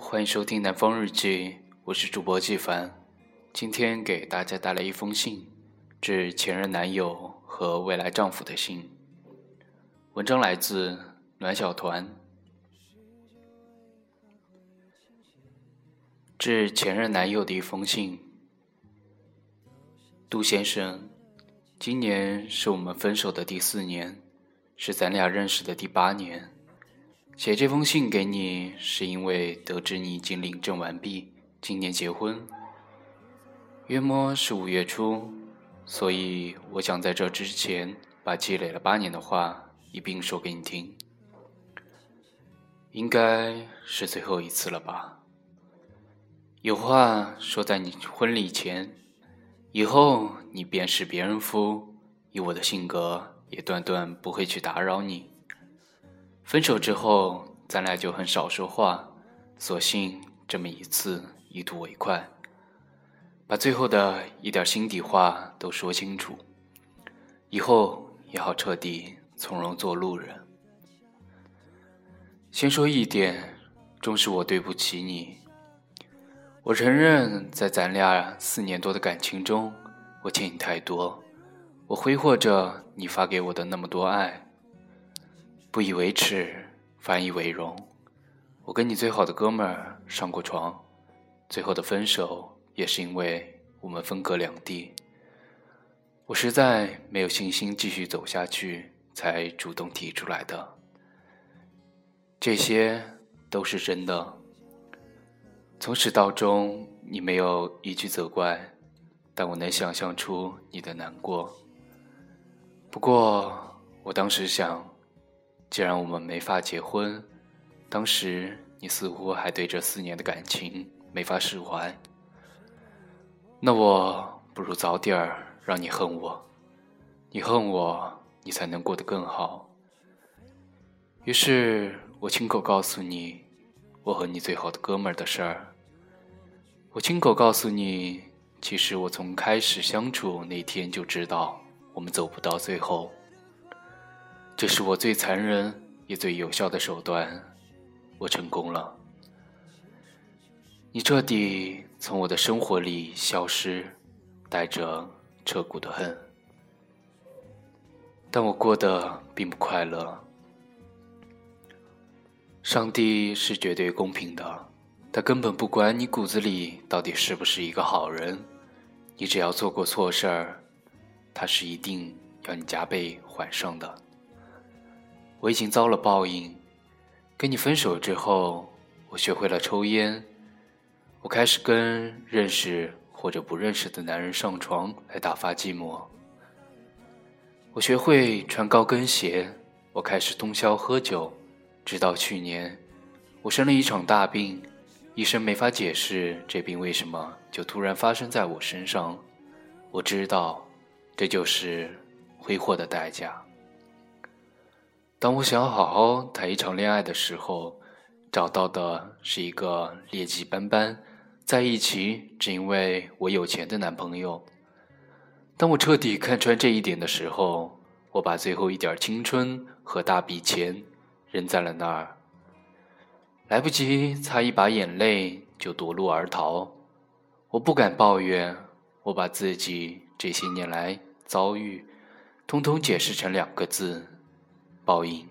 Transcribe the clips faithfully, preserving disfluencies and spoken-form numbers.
欢迎收听南方日记，我是主播季凡。今天给大家带来一封信，致前任男友和未来丈夫的信。文章来自暖小团。致前任男友的一封信。杜先生，今年是我们分手的第四年，是咱俩认识的第八年。写这封信给你，是因为得知你已经领证完毕，今年结婚，约摸是五月初，所以我想在这之前把积累了八年的话一并说给你听。应该是最后一次了吧？有话说在你婚礼前，以后你便是别人夫，以我的性格也断断不会去打扰你。分手之后咱俩就很少说话，索性这么一次一吐为快，把最后的一点心底话都说清楚，以后也好彻底从容做路人。先说一点，终是我对不起你。我承认在咱俩四年多的感情中，我欠你太多，我挥霍着你发给我的那么多爱，不以为耻，反以为荣。我跟你最好的哥们儿上过床，最后的分手也是因为我们分隔两地。我实在没有信心继续走下去，才主动提出来的。这些都是真的。从始到终，你没有一句责怪，但我能想象出你的难过。不过，我当时想，既然我们没法结婚，当时你似乎还对这四年的感情没法释怀，那我不如早点儿让你恨我，你恨我，你才能过得更好。于是我亲口告诉你我和你最好的哥们儿的事儿，我亲口告诉你，其实我从开始相处那天就知道我们走不到最后。这是我最残忍也最有效的手段，我成功了。你彻底从我的生活里消失，带着彻骨的恨，但我过得并不快乐。上帝是绝对公平的，他根本不管你骨子里到底是不是一个好人，你只要做过错事儿，他是一定要你加倍还上的。我已经遭了报应，跟你分手之后，我学会了抽烟，我开始跟认识或者不认识的男人上床来打发寂寞。我学会穿高跟鞋，我开始通宵喝酒，直到去年，我生了一场大病，医生没法解释这病为什么就突然发生在我身上。我知道，这就是挥霍的代价。当我想好好谈一场恋爱的时候，找到的是一个劣迹斑斑，在一起只因为我有钱的男朋友。当我彻底看穿这一点的时候，我把最后一点青春和大笔钱扔在了那儿，来不及擦一把眼泪就夺路而逃。我不敢抱怨，我把自己这些年来遭遇通通解释成两个字：报应。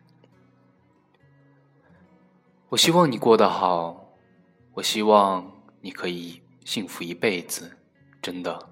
我希望你过得好，我希望你可以幸福一辈子，真的。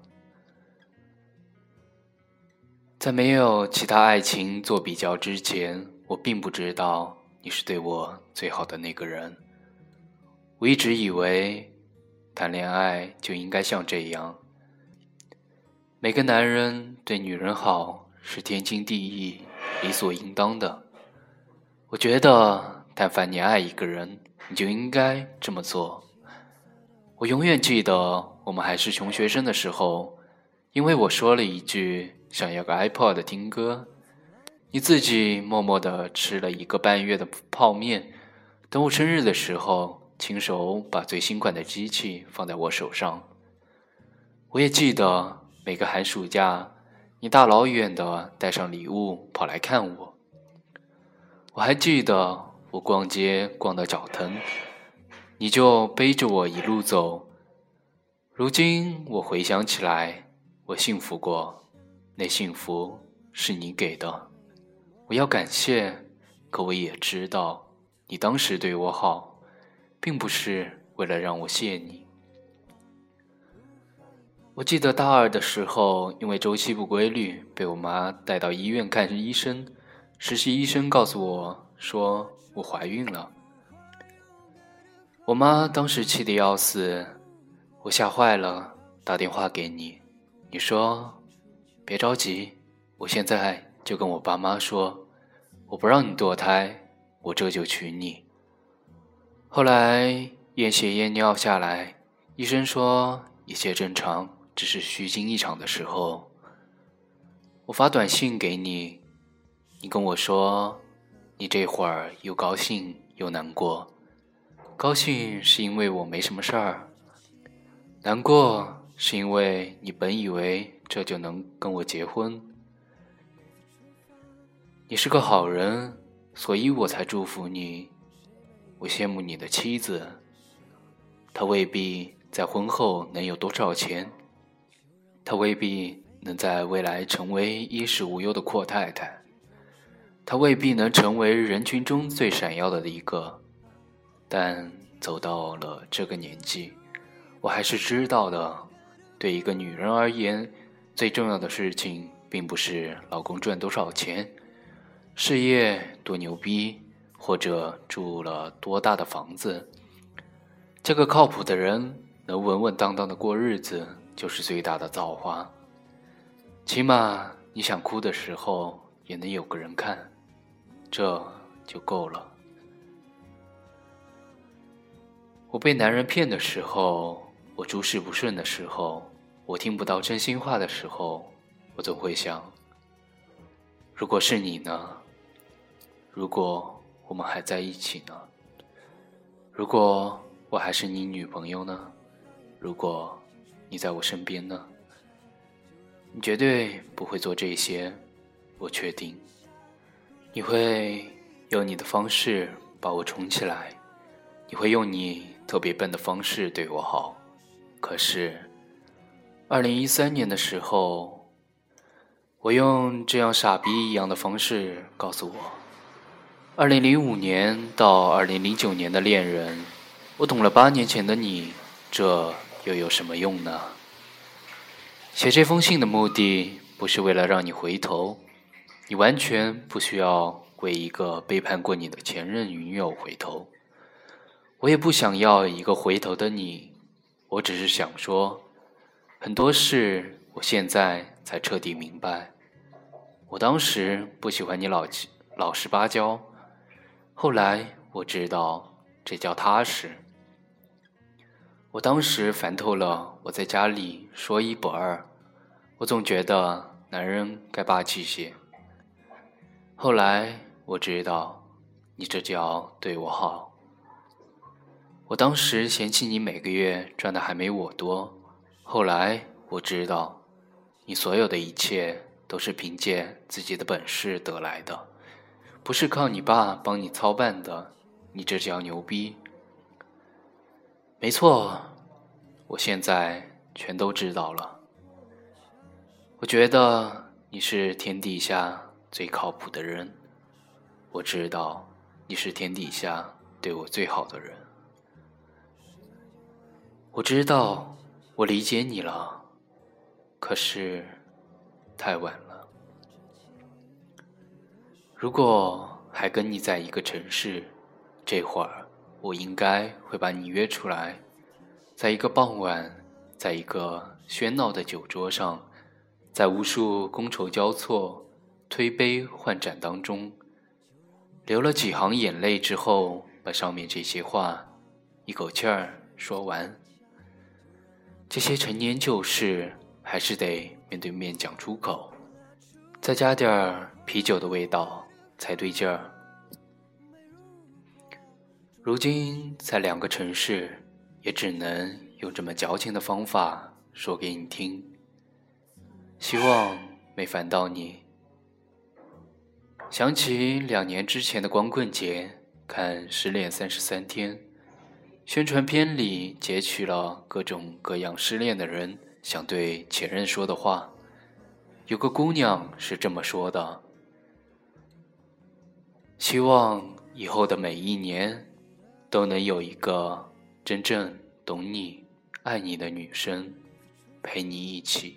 在没有其他爱情做比较之前，我并不知道你是对我最好的那个人。我一直以为谈恋爱就应该像这样，每个男人对女人好是天经地义，理所应当的。我觉得但凡你爱一个人，你就应该这么做。我永远记得我们还是穷学生的时候，因为我说了一句想要个 iPod 听歌，你自己默默地吃了一个半月的泡面，等我生日的时候亲手把最新款的机器放在我手上。我也记得每个寒暑假你大老远的带上礼物跑来看我。我还记得我逛街逛到脚疼， 你就背着我一路走。如今我回想起来，我幸福过，那幸福是你给的，我要感谢。可我也知道，你当时对我好，并不是为了让我谢你。我记得大二的时候，因为周期不规律，被我妈带到医院看医生。实习医生告诉我说我怀孕了。我妈当时气得要死，我吓坏了，打电话给你，你说别着急，我现在就跟我爸妈说，我不让你堕胎，我这就娶你。后来验血验尿下来，医生说一切正常，只是虚惊一场的时候，我发短信给你，你跟我说你这会儿又高兴又难过。高兴是因为我没什么事儿，难过是因为你本以为这就能跟我结婚。你是个好人，所以我才祝福你。我羡慕你的妻子，她未必在婚后能有多少钱，她未必能在未来成为衣食无忧的阔太太，她未必能成为人群中最闪耀的一个，但走到了这个年纪，我还是知道的，对一个女人而言，最重要的事情并不是老公赚多少钱，事业多牛逼，或者住了多大的房子。这个靠谱的人能稳稳当当的过日子，就是最大的造化。起码你想哭的时候也能有个人看，这就够了。我被男人骗的时候，我诸事不顺的时候，我听不到真心话的时候，我总会想，如果是你呢？如果我们还在一起呢？如果我还是你女朋友呢？如果你在我身边呢？你绝对不会做这些，我确定。你会用你的方式把我宠起来，你会用你特别笨的方式对我好。可是二零一三年的时候，我用这样傻逼一样的方式告诉我，二零零五年到二零零九年的恋人，我懂了八年前的你，这又有什么用呢？写这封信的目的不是为了让你回头，你完全不需要为一个背叛过你的前任女友回头，我也不想要一个回头的你，我只是想说，很多事我现在才彻底明白。我当时不喜欢你老老实巴交，后来我知道这叫踏实。我当时烦透了，我在家里说一不二，我总觉得男人该霸气些。后来我知道，你这叫对我好。我当时嫌弃你每个月赚的还没我多，后来我知道，你所有的一切都是凭借自己的本事得来的，不是靠你爸帮你操办的，你这叫牛逼。没错，我现在全都知道了。我觉得你是天底下最靠谱的人，我知道你是天底下对我最好的人。我知道我理解你了，可是太晚了。如果还跟你在一个城市，这会儿我应该会把你约出来，在一个傍晚，在一个喧闹的酒桌上，在无数觥筹交错、推杯换盏当中，流了几行眼泪之后，把上面这些话一口气儿说完。这些陈年旧事还是得面对面讲出口，再加点啤酒的味道才对劲儿。如今在两个城市，也只能用这么矫情的方法说给你听，希望没烦到你。想起两年之前的光棍节，看《失恋三十三天》， 宣传片里截取了各种各样失恋的人想对前任说的话。有个姑娘是这么说的：希望以后的每一年都能有一个真正懂你、爱你的女生陪你一起。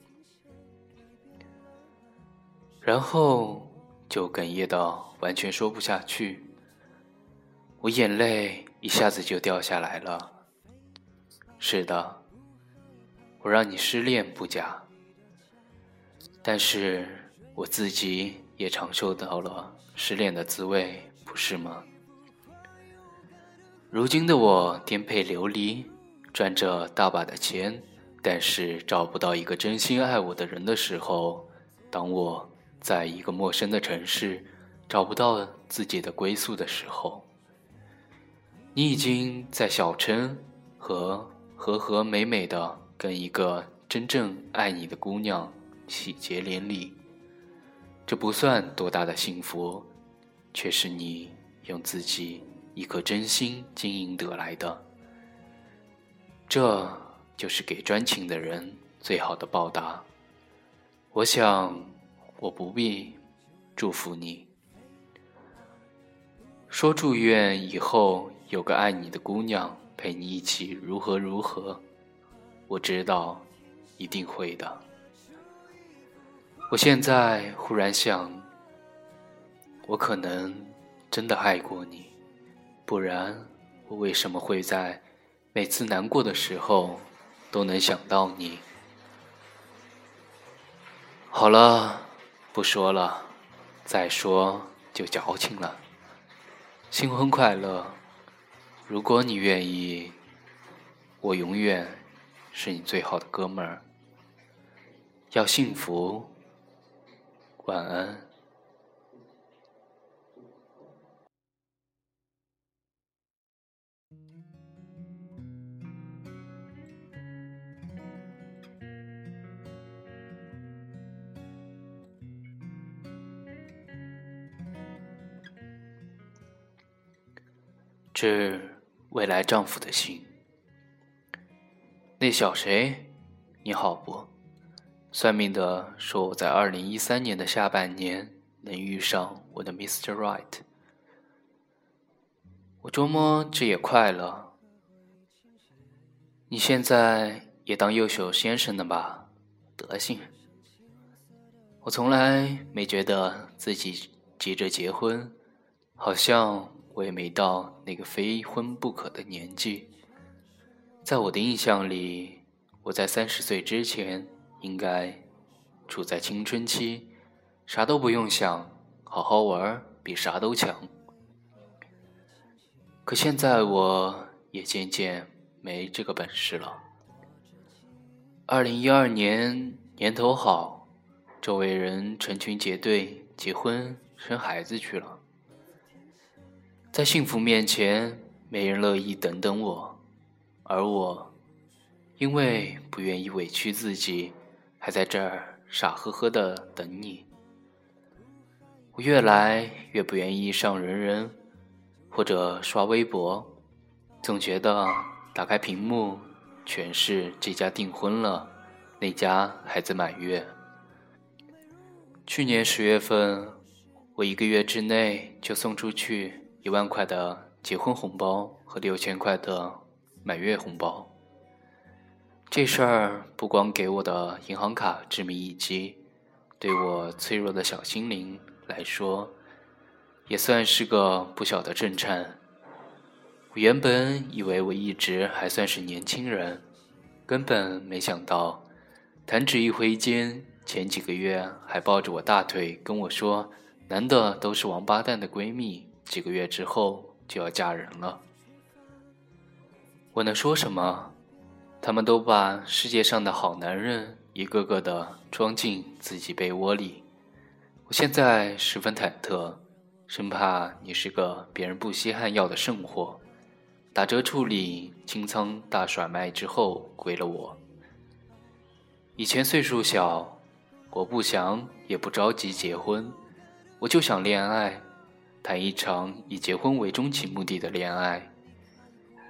然后就哽咽到完全说不下去，我眼泪一下子就掉下来了。是的，我让你失恋不假，但是我自己也尝受到了失恋的滋味，不是吗？如今的我颠沛流离，赚着大把的钱，但是找不到一个真心爱我的人的时候，当我在一个陌生的城市找不到自己的归宿的时候，你已经在小城和和和美美的跟一个真正爱你的姑娘喜结连理。这不算多大的幸福，却是你用自己一颗真心经营得来的。这就是给专情的人最好的报答。我想我不必祝福你，说祝愿以后有个爱你的姑娘陪你一起如何如何，我知道一定会的。我现在忽然想，我可能真的爱过你，不然我为什么会在每次难过的时候都能想到你？好了，不说了，再说就矫情了。新婚快乐，如果你愿意，我永远是你最好的哥们儿。要幸福，晚安。致未来丈夫的信。那小谁，你好不？算命的说我在二零一三年的下半年能遇上我的 Mister Right。我琢磨这也快了，你现在也当优秀先生了吧？德行。我从来没觉得自己急着结婚，好像我也没到那个非婚不可的年纪。在我的印象里，我在三十岁之前应该处在青春期，啥都不用想，好好玩比啥都强。可现在我也渐渐没这个本事了。二零一二年年头好，周围人成群结队结婚生孩子去了，在幸福面前没人乐意等等我，而我因为不愿意委屈自己，还在这儿傻呵呵地等你。我越来越不愿意上人人或者刷微博，总觉得打开屏幕全是这家订婚了，那家孩子满月。去年十月份，我一个月之内就送出去一万块的结婚红包和六千块的满月红包。这事儿不光给我的银行卡致命一击，对我脆弱的小心灵来说，也算是个不小的震颤。我原本以为我一直还算是年轻人，根本没想到，弹指一挥间，前几个月还抱着我大腿跟我说，男的都是王八蛋的闺蜜，几个月之后就要嫁人了。我能说什么？他们都把世界上的好男人一个个的装进自己被窝里。我现在十分忐忑，生怕你是个别人不稀罕要的剩货，打折处理清仓大甩卖之后归了我。以前岁数小，我不想也不着急结婚，我就想恋爱，谈一场以结婚为终极目的的恋爱。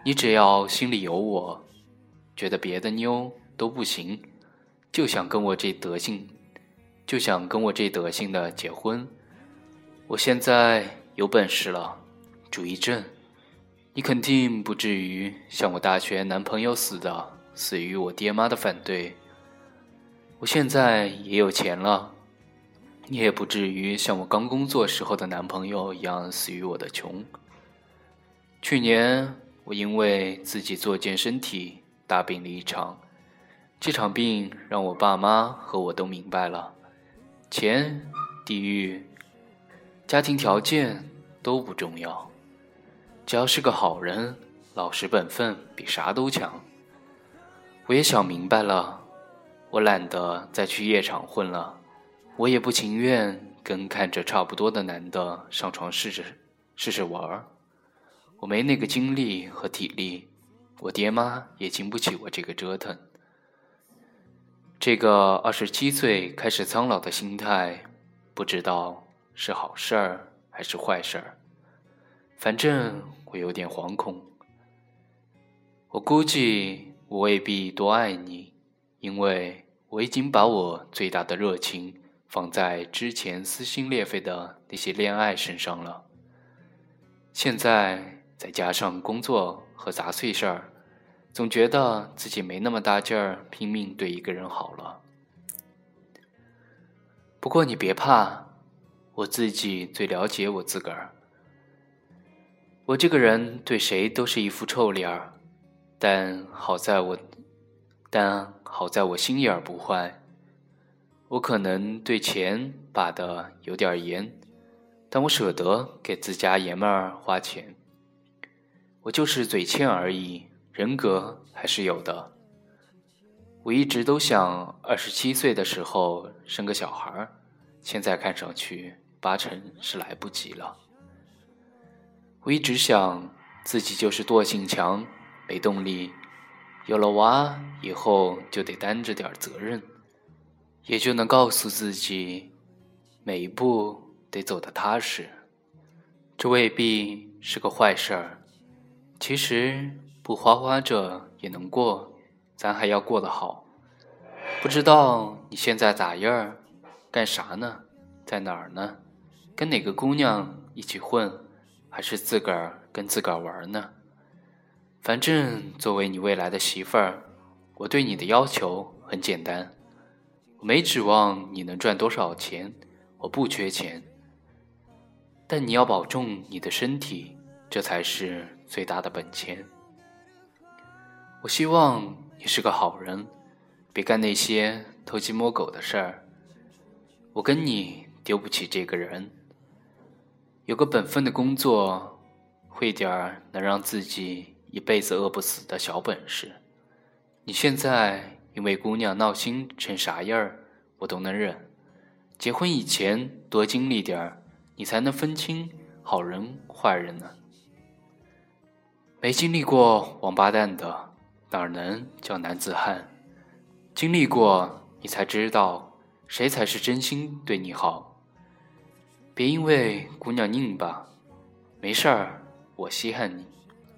你只要心里有我，觉得别的妞都不行，就想跟我这德性，就想跟我这德性的结婚。我现在有本事了，主意正，你肯定不至于像我大学男朋友似的，死于我爹妈的反对。我现在也有钱了，你也不至于像我刚工作时候的男朋友一样死于我的穷。去年我因为自己作践身体大病了一场，这场病让我爸妈和我都明白了，钱、地域、家庭条件都不重要，只要是个好人，老实本分比啥都强。我也想明白了，我懒得再去夜场混了，我也不情愿跟看着差不多的男的上床试试试试玩。我没那个精力和体力，我爹妈也经不起我这个折腾。这个二十七岁开始苍老的心态，不知道是好事儿还是坏事儿，反正我有点惶恐。我估计我未必多爱你，因为我已经把我最大的热情放在之前撕心裂肺的那些恋爱身上了。现在再加上工作和杂碎事儿，总觉得自己没那么大劲儿拼命对一个人好了。不过你别怕，我自己最了解我自个儿。我这个人对谁都是一副臭脸儿，但好在我但好在我心眼儿不坏。我可能对钱把得有点严，但我舍得给自家爷们儿花钱。我就是嘴欠而已，人格还是有的。我一直都想二十七岁的时候生个小孩，现在看上去八成是来不及了。我一直想自己就是惰性强，没动力，有了娃以后就得担着点责任，也就能告诉自己每一步得走得踏实。这未必是个坏事儿，其实不花花着也能过，咱还要过得好。不知道你现在咋样，干啥呢？在哪儿呢？跟哪个姑娘一起混，还是自个儿跟自个儿玩呢？反正作为你未来的媳妇儿，我对你的要求很简单，我没指望你能赚多少钱，我不缺钱，但你要保重你的身体，这才是最大的本钱。我希望你是个好人，别干那些偷鸡摸狗的事儿。我跟你丢不起这个人，有个本分的工作，会点儿能让自己一辈子饿不死的小本事。你现在因为姑娘闹心成啥样儿，我都能忍。结婚以前多经历点儿，你才能分清好人坏人呢。没经历过王八蛋的，哪能叫男子汉？经历过，你才知道谁才是真心对你好。别因为姑娘拧巴，没事儿，我稀罕你。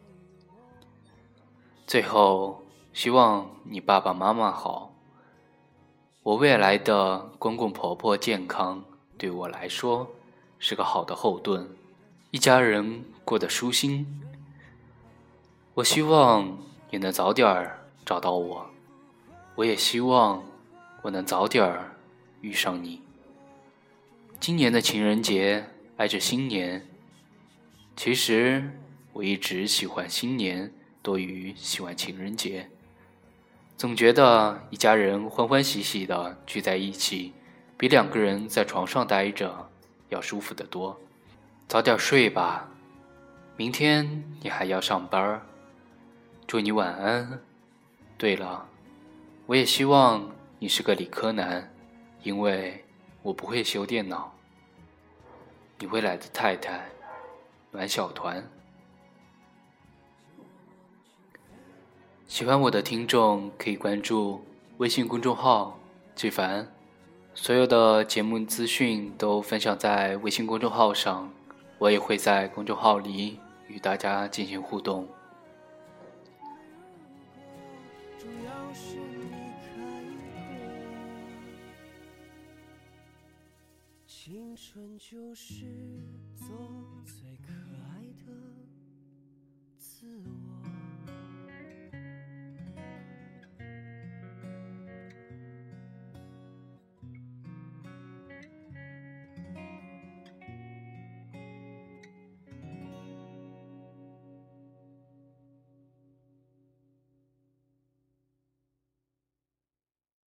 最后，希望你爸爸妈妈好，我未来的公公婆婆健康，对我来说是个好的后盾，一家人过得舒心。我希望你能早点找到我，我也希望我能早点遇上你。今年的情人节挨着新年，其实我一直喜欢新年多于喜欢情人节，总觉得一家人欢欢喜喜的聚在一起，比两个人在床上待着要舒服得多。早点睡吧，明天你还要上班，祝你晚安。对了，我也希望你是个理科男，因为我不会修电脑。你未来的太太，暖小团。喜欢我的听众可以关注微信公众号纪凡，所有的节目资讯都分享在微信公众号上，我也会在公众号里与大家进行互动。 是离开过。青春就是走最